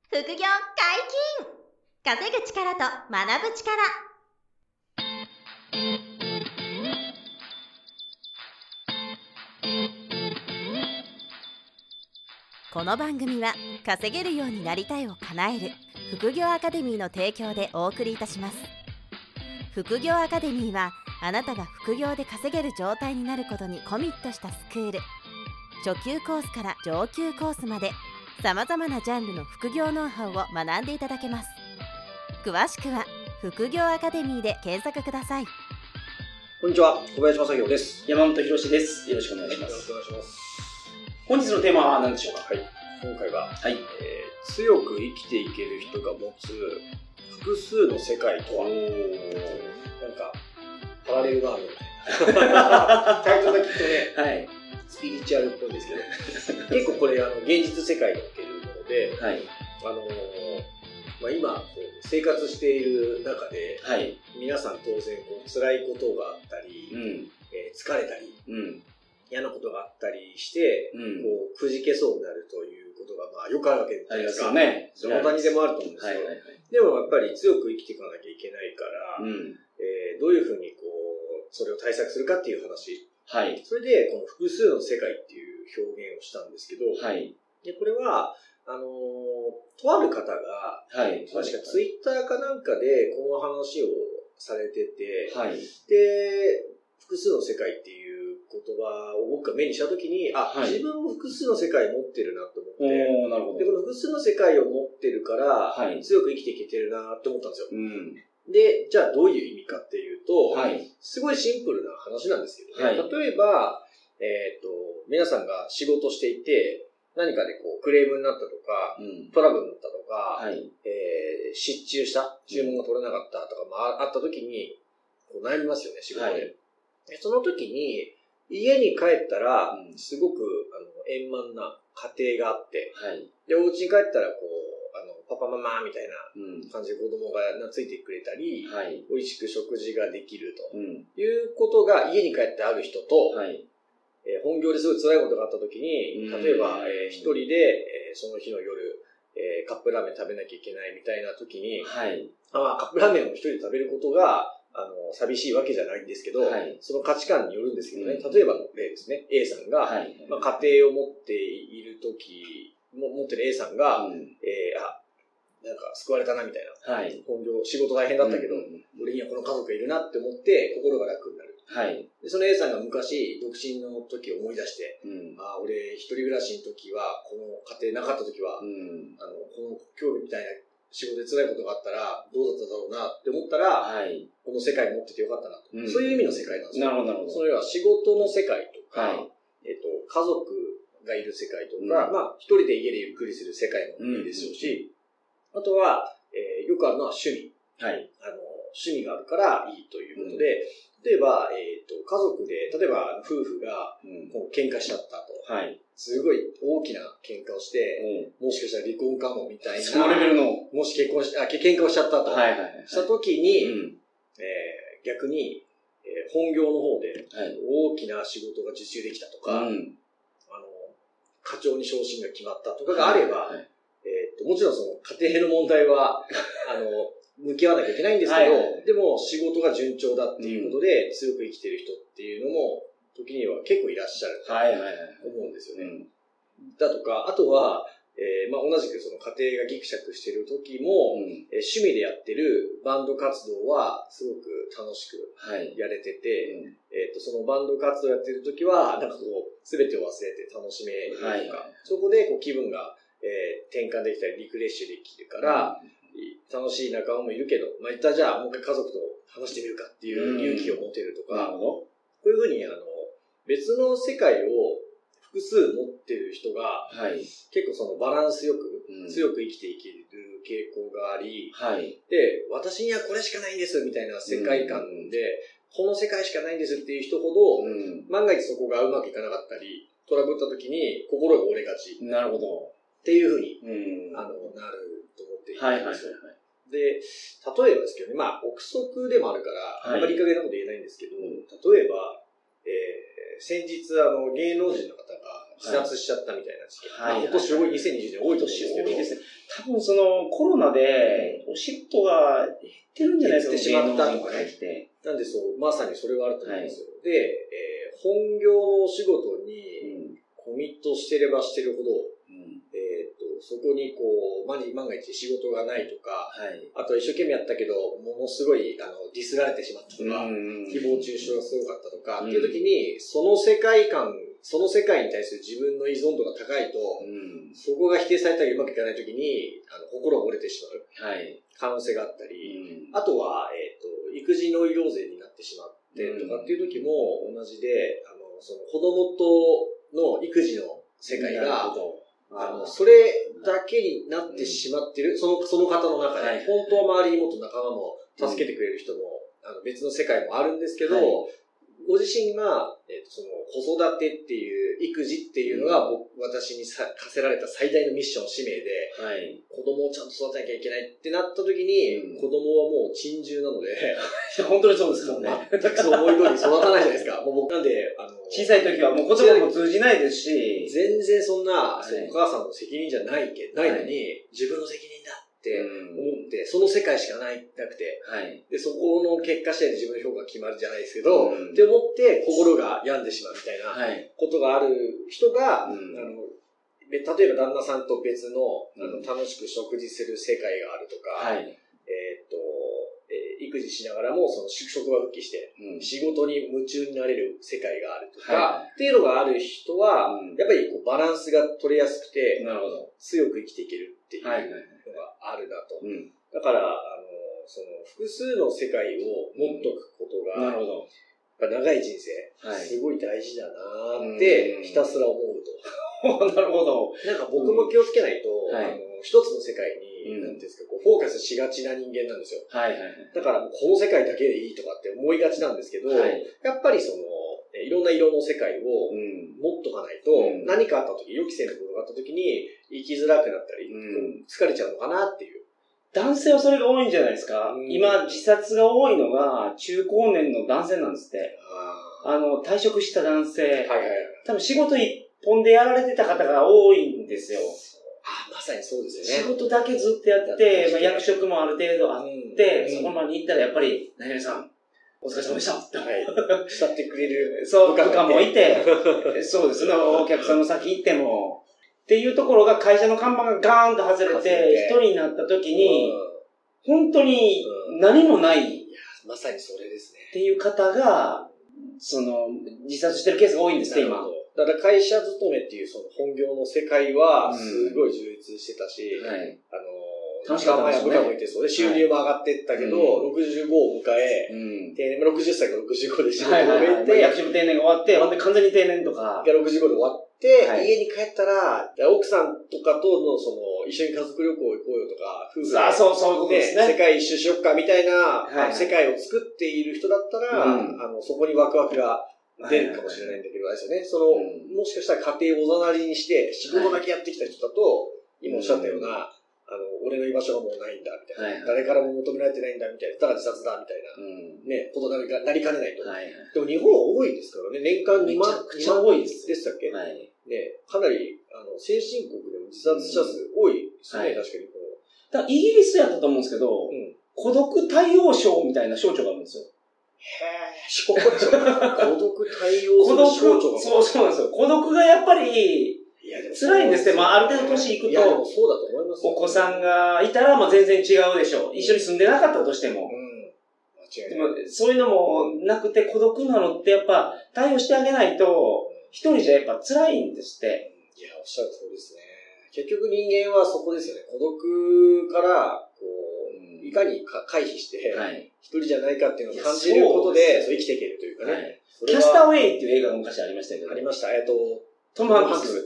副業解禁！稼ぐ力と学ぶ力。この番組は稼げるようになりたいを叶える副業アカデミーの提供でお送りいたします。副業アカデミーはあなたが副業で稼げる状態になることにコミットしたスクール。初級コースから上級コースまでさまざまなジャンルの副業ノウハウを学んでいただけます。詳しくは副業アカデミーで検索ください。 こんにちは、小林正弘です。 山本博史です。よろしくお願いします。 よろしくお願いします。 本日のテーマは何でしょうか。 はい、今回は、強く生きていける人が持つ複数の世界とは。なんかパラレルワールドみたいなタイトルがきっとね、はい、スピリチュアルっぽいんですけど結構これ現実世界におけるもので、はい、今生活している中で、はい、皆さん当然辛いことがあったり、疲れたり、嫌なことがあったりして、くじけそうになるということがよくあるわけじゃないですか。ね、どの他にでもあると思うんですよ。でもやっぱり強く生きていかなきゃいけないから、どういうふうにそれを対策するかっていう話。はい、それでこの複数の世界っていう表現をしたんですけど、はい、でこれはとある方が、はい、確かツイッターかなんかでこの話をされてて、はい、で複数の世界っていう言葉を僕が目にしたときに、はい、自分も複数の世界持ってるなと思って、なるほど。でこの複数の世界を持ってるから、はい、強く生きていけてるなって思ったんですよ。で、じゃあどういう意味かっていうと、はい、すごいシンプルな話なんですけどね、はい、例えば、皆さんが仕事していて、何かでクレームになったとか、トラブルになったとか、はい、失注した、注文が取れなかったとか、あった時に悩みますよね、仕事で。はい、その時に、家に帰ったら、すごく円満な家庭があって、はい、で、お家に帰ったらパパママみたいな感じで子供が懐いてくれたり、はい、美味しく食事ができるということが家に帰ってある人と、はい、本業ですごい辛いことがあった時に、例えば、一人で、その日の夜、カップラーメン食べなきゃいけないみたいな時に、はい、カップラーメンを一人で食べることが寂しいわけじゃないんですけど、はい、その価値観によるんですけどね、例えばの例ですね、A さんが、はい、家庭を持っている時、持ってる A さんが、なんか救われたなみたいな、はい、本業仕事大変だったけど、俺にはこの家族がいるなって思って心が楽になる、はい、でその A さんが昔独身の時を思い出して、俺一人暮らしの時はこの家庭なかった時は、この今日みたいな仕事で辛いことがあったらどうだっただろうなって思ったら、はい、この世界持っててよかったなと、そういう意味の世界なんですよ。なるほど。それは仕事の世界とか、はい、家族がいる世界とか、一人で家でゆっくりする世界もいいでしょうし、あとは、よくあるのは趣味。はい。趣味があるからいいということで、例えば、家族で、例えば夫婦が、喧嘩しちゃったと。はい。すごい大きな喧嘩をして、もしかしたら離婚かもみたいな。そのレベルの。もし喧嘩をしちゃったと。はいはいはい。したときに、逆に、本業の方で、大きな仕事が受注できたとか、課長に昇進が決まったとかがあれば、もちろんその家庭の問題は、向き合わなきゃいけないんですけど、でも仕事が順調だっていうことで強く生きてる人っていうのも、時には結構いらっしゃると思うんですよね。だとか、あとは、同じくその家庭がギクシャクしてる時も、趣味でやってるバンド活動はすごく楽しくやれてて、そのバンド活動やってる時は、なんか全てを忘れて楽しめるとか、そこで気分が転換できたりリフレッシュできるから、楽しい仲間もいるけど、一旦じゃあもう一回家族と話してみるかっていう勇気を持てるとか、こういうふうに別の世界を複数持ってる人が、結構そのバランスよく強く生きていける傾向があり、で、私にはこれしかないんですみたいな世界観で、この世界しかないんですっていう人ほど、万が一そこがうまくいかなかったり、トラブった時に心が折れがち。なるほど。っていうふうに、なると思っているんですよ。で、例えばですけどね、憶測でもあるから、あんまりいい加減なこと言えないんですけど、例えば、先日、芸能人の方が自殺しちゃったみたいな事件。 はい。 今年すごい2020年多いと思うんですけど。 多いですね。多分そのコロナでお仕事が減ってるんじゃないですか、 減ってしまったとかね。なんでそう、まさにそれはあると思うんですよ。はい、で、本業のお仕事にコミットしてればしてるほど、そこにこう、万が一仕事がないとか、はい、あと一生懸命やったけど、ものすごいディスられてしまったとか、誹謗中傷がすごかったとか、っていう時に、その世界に対する自分の依存度が高いと、そこが否定されたりうまくいかない時に、心が折れてしまう可能性があったり、あとは、育児ノイローゼになってしまってとかっていう時も同じで、その子供との育児の世界が、それだけになってしまってる、その方の中で、本当は周りにもっと仲間も助けてくれる人も、別の世界もあるんですけど、ご自身が、その子育てっていう、育児っていうのが、私に課せられた最大のミッション、使命で、子供をちゃんと育てなきゃいけないってなった時に、子供はもう珍獣なので、 本当にそうですよね。 全くそう思い通りに育たないじゃないですか。もう僕なんで、 小さい時はもう言葉も通じないですし、 全然そんな、お母さんの責任じゃないのに、自分の責任だって思って、その世界しかなくて、で、そこの結果次第で自分の評価が決まるじゃないですけど、って思って心が病んでしまうみたいなことがある人が、例えば旦那さんと別の、楽しく食事する世界があるとか、育児しながらもその職場復帰して、仕事に夢中になれる世界があるとか、っていうのがある人は、やっぱりこうバランスが取れやすくて、強く生きていけるっていうのがあるなと。だから、その複数の世界を持っとくことが、長い人生、すごい大事だなーってひたすら思うと。 なるほど。 なんか僕も気をつけないと、一つの世界に、なんていうんですか、こうフォーカスしがちな人間なんですよ。だからこの世界だけでいいとかって思いがちなんですけど、やっぱりその、いろんな色の世界を持っとかないと、何かあった時、予期せぬことがあった時に生きづらくなったり、疲れちゃうのかなっていう。 男性はそれが多いんじゃないですか。今、自殺が多いのが中高年の男性なんですって。退職した男性。多分仕事一本でやられてた方が多いんですよ。 まさにそうですよね。 仕事だけずっとやって、役職もある程度あって、そこまで行ったらやっぱり、何々さん、お疲れ様でしたって。 慕ってくれる部下もいて、そうですね、お客さんの先行っても、っていうところが会社の看板がガーンと外れて、一人になった時に、本当に何もない。 まさにそれですね。 っていう方が、自殺してるケースが多いんですね、今。 だから会社勤めっていうその本業の世界はすごい充実してたし、 楽しかったですね。 部下もいて、それ収入も上がってったけど、65を迎え、60歳から65で仕事を終えて、 役職定年が終わって、完全に定年とか。 65で終わって、家に帰ったら、奥さんとかとの一緒に家族旅行行こうよとか、夫婦で、 そういうことですね。 世界一周しよっかみたいな、世界を作っている人だったら、そこにワクワクが出るかもしれないんだけど、あれですよね。もしかしたら家庭をおざなりにして、仕事だけやってきた人だと、今おっしゃったような、俺の居場所がもうないんだ、みたいな。誰からも求められてないんだ、みたいな。だから自殺だ、みたいな。ことなりかねないと。でも日本は多いですからね。年間2万。 めちゃくちゃ多いです。 でしたっけね、かなり、先進国でも自殺者数多いですね、確かに。 だからイギリスやったと思うんですけど、孤独対応賞みたいな賞があるんですよ。 孤独対応する省庁が。 そうなんですよ。孤独がやっぱり、辛いんですって。ある程度年いくと、 そうだと思います。 お子さんがいたら、全然違うでしょう。一緒に住んでなかったとしても。でも、そういうのもなくて、孤独なのってやっぱ、対応してあげないと、一人じゃやっぱ辛いんですって。 いや、おっしゃる通りですね。結局人間はそこですよね。孤独から、いかに回避して、一人じゃないかっていうのを感じることで、生きていけるというかね。 キャスターウェイっていう映画が昔ありましたけど。 ありました。 トム・ハンクス。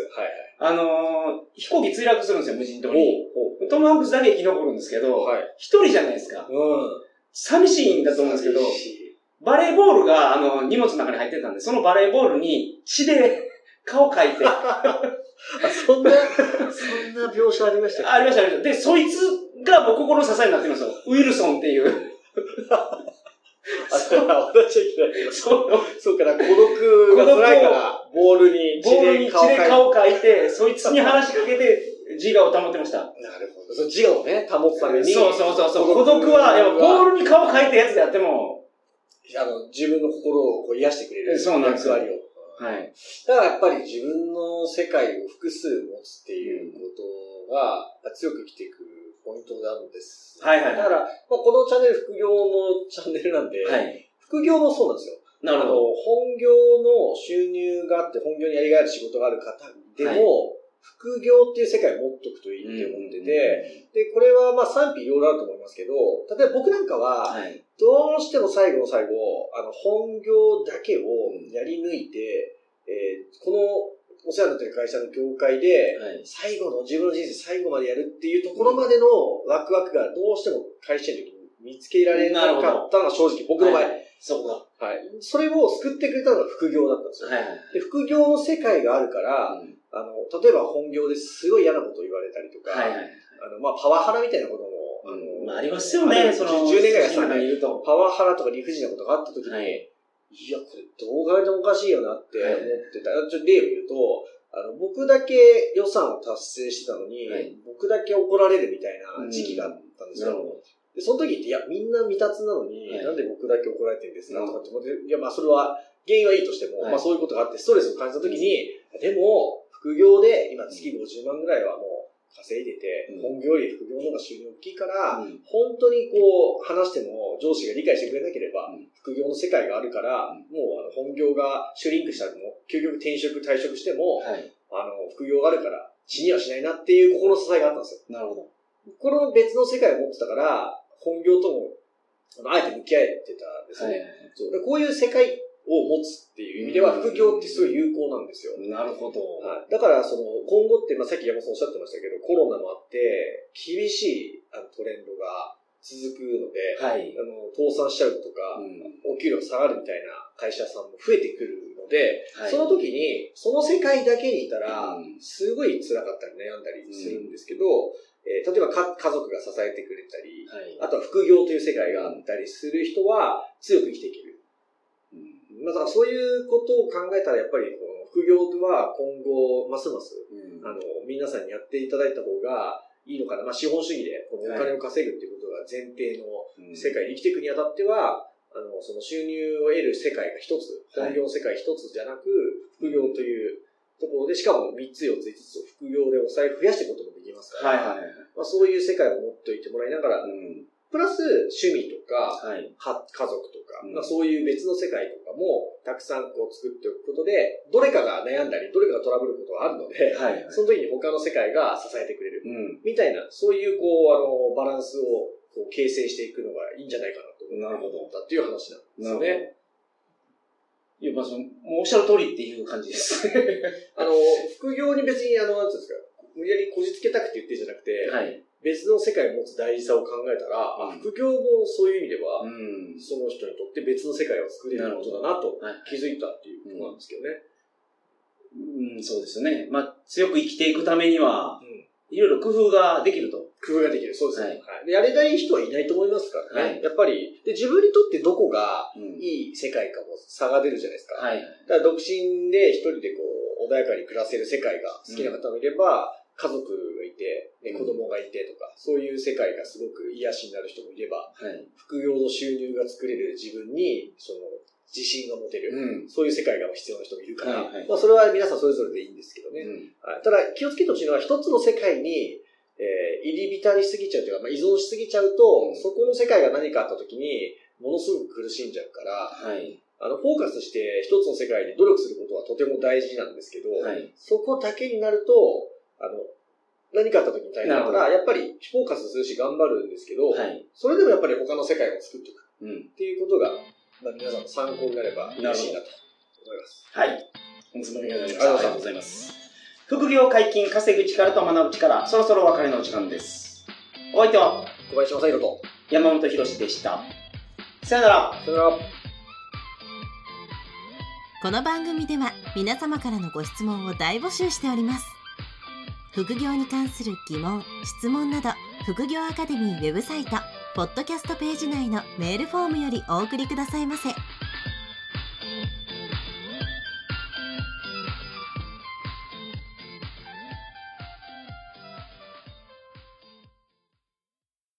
飛行機墜落するんですよ、無人島に。トム・ハンクスだけ生き残るんですけど、一人じゃないですか。寂しいんだと思うんですけど、バレーボールが荷物の中に入ってたんで、そのバレーボールに血で顔描いて。 そんな描写ありましたっけ？ ありました。で、そいつがもう心の支えになってますよ。ウィルソンっていう。 笑っちゃいけない。そうかな、孤独が辛いから、 ボールに血で顔描いて、そいつに話しかけて自我を保ってました。 なるほど。その自我をね、保つために。 そう。孤独は、ボールに顔描いたやつであっても、 自分の心をこう癒してくれる。 そうなんですよ。 役割を。はい。だからやっぱり自分の世界を複数持つっていうことが強く生きていくポイントなんです。 はい。 だから、このチャンネル副業のチャンネルなんで、副業もそうなんですよ。 なるほど。 本業の収入があって、本業にやりがいある仕事がある方でも、副業っていう世界を持っとくといいって思ってて、で、これは賛否両論あると思いますけど、例えば僕なんかは、どうしても最後の最後、本業だけをやり抜いて、このお世話になっている会社の業界で、自分の人生最後までやるっていうところまでのワクワクがどうしても会社員の時に見つけられなかったのが正直僕の場合。 そうだ。 はい。それを救ってくれたのが副業だったんですよ。で、副業の世界があるから、例えば本業ですごい嫌なことを言われたりとか、パワハラみたいなことも、 ありますよね。 その10年ぐらい3年いると、パワハラとか理不尽なことがあった時に、いや、これどう考えてもおかしいよなって思ってた。ちょっと例を言うと、僕だけ予算を達成してたのに、僕だけ怒られるみたいな時期があったんですよ。で、その時って、いや、みんな未達なのに、なんで僕だけ怒られてるんですかとかって思って、いや、それは、原因はいいとしても、そういうことがあって、ストレスを感じた時に、でも、副業で今月50万ぐらいはもう稼いでて、本業より副業の方が収入大きいから、本当にこう、話しても上司が理解してくれなければ、副業の世界があるから、もう本業がシュリンクしたらも、究極退職しても、副業があるから、死にはしないなっていう心の支えがあったんですよ。 なるほど。 この別の世界を持ってたから、本業とも、あえて向き合えてたんですね。こういう世界を持つっていう意味では、副業ってすごい有効なんですよ。 なるほど。 だから、今後って、さっき山本さんおっしゃってましたけど、コロナもあって、厳しいトレンドが続くので、倒産しちゃうとか、お給料下がるみたいな会社さんも増えてくるので、その時に、その世界だけにいたら、すごい辛かったり悩んだりするんですけど、例えば家族が支えてくれたり、あとは副業という世界があったりする人は強く生きていける。だからそういうことを考えたらやっぱり副業は今後ますます、皆さんにやっていただいた方がいいのかな。資本主義でお金を稼ぐっていうことが前提の世界に生きていくにあたっては、その収入を得る世界が一つ、本業の世界一つじゃなく、副業というところで、しかも3つ4つ5つを副業で抑え増やしていくこともできますから、そういう世界を持っておいてもらいながら、プラス趣味とか、家族とか、そういう別の世界とかもたくさん作っておくことで、どれかが悩んだり、どれかがトラブることがあるので、その時に他の世界が支えてくれる、みたいな、そういうバランスを形成していくのがいいんじゃないかなと思ったっていう話なんですよね。 いや、もうおっしゃる通りっていう感じです。 副業に別に、なんていうんですか、無理やりこじつけたくて言ってるんじゃなくて、別の世界を持つ大事さを考えたら、副業もそういう意味では、その人にとって別の世界を作れることだなと気づいたっていうことなんですけどね。 そうですよね。強く生きていくためには、いろいろ工夫ができると。 工夫ができる。そうですね。でやれない人はいないと思いますからね。やっぱり、で、自分にとってどこがいい世界かも差が出るじゃないですか。だから独身で一人で穏やかに暮らせる世界が好きな方もいれば、家族がいて、子供がいてとか、そういう世界がすごく癒しになる人もいれば、副業の収入が作れる自分に、自信が持てる、そういう世界が必要な人もいるから、それは皆さんそれぞれでいいんですけどね。ただ、気をつけてほしいのは、一つの世界に、入り浸りしすぎちゃうというか、依存しすぎちゃうと、そこの世界が何かあった時に、ものすごく苦しんじゃうから、フォーカスして一つの世界に努力することはとても大事なんですけど、そこだけになると、何かあった時に大変だから、やっぱりフォーカスするし頑張るんですけど、それでもやっぱり他の世界を作っていくっていうことが、皆さんの参考になれば嬉しいなと思います。 はい。本日もありがとうございます。副業解禁、稼ぐ力と学ぶ力、そろそろお別れの時間です。お相手は小林正宏と山本博史でした。さよなら。 さよなら。 この番組では皆様からのご質問を大募集しております。副業に関する疑問・質問など、副業アカデミーウェブサイト、ポッドキャストページ内のメールフォームよりお送りくださいませ。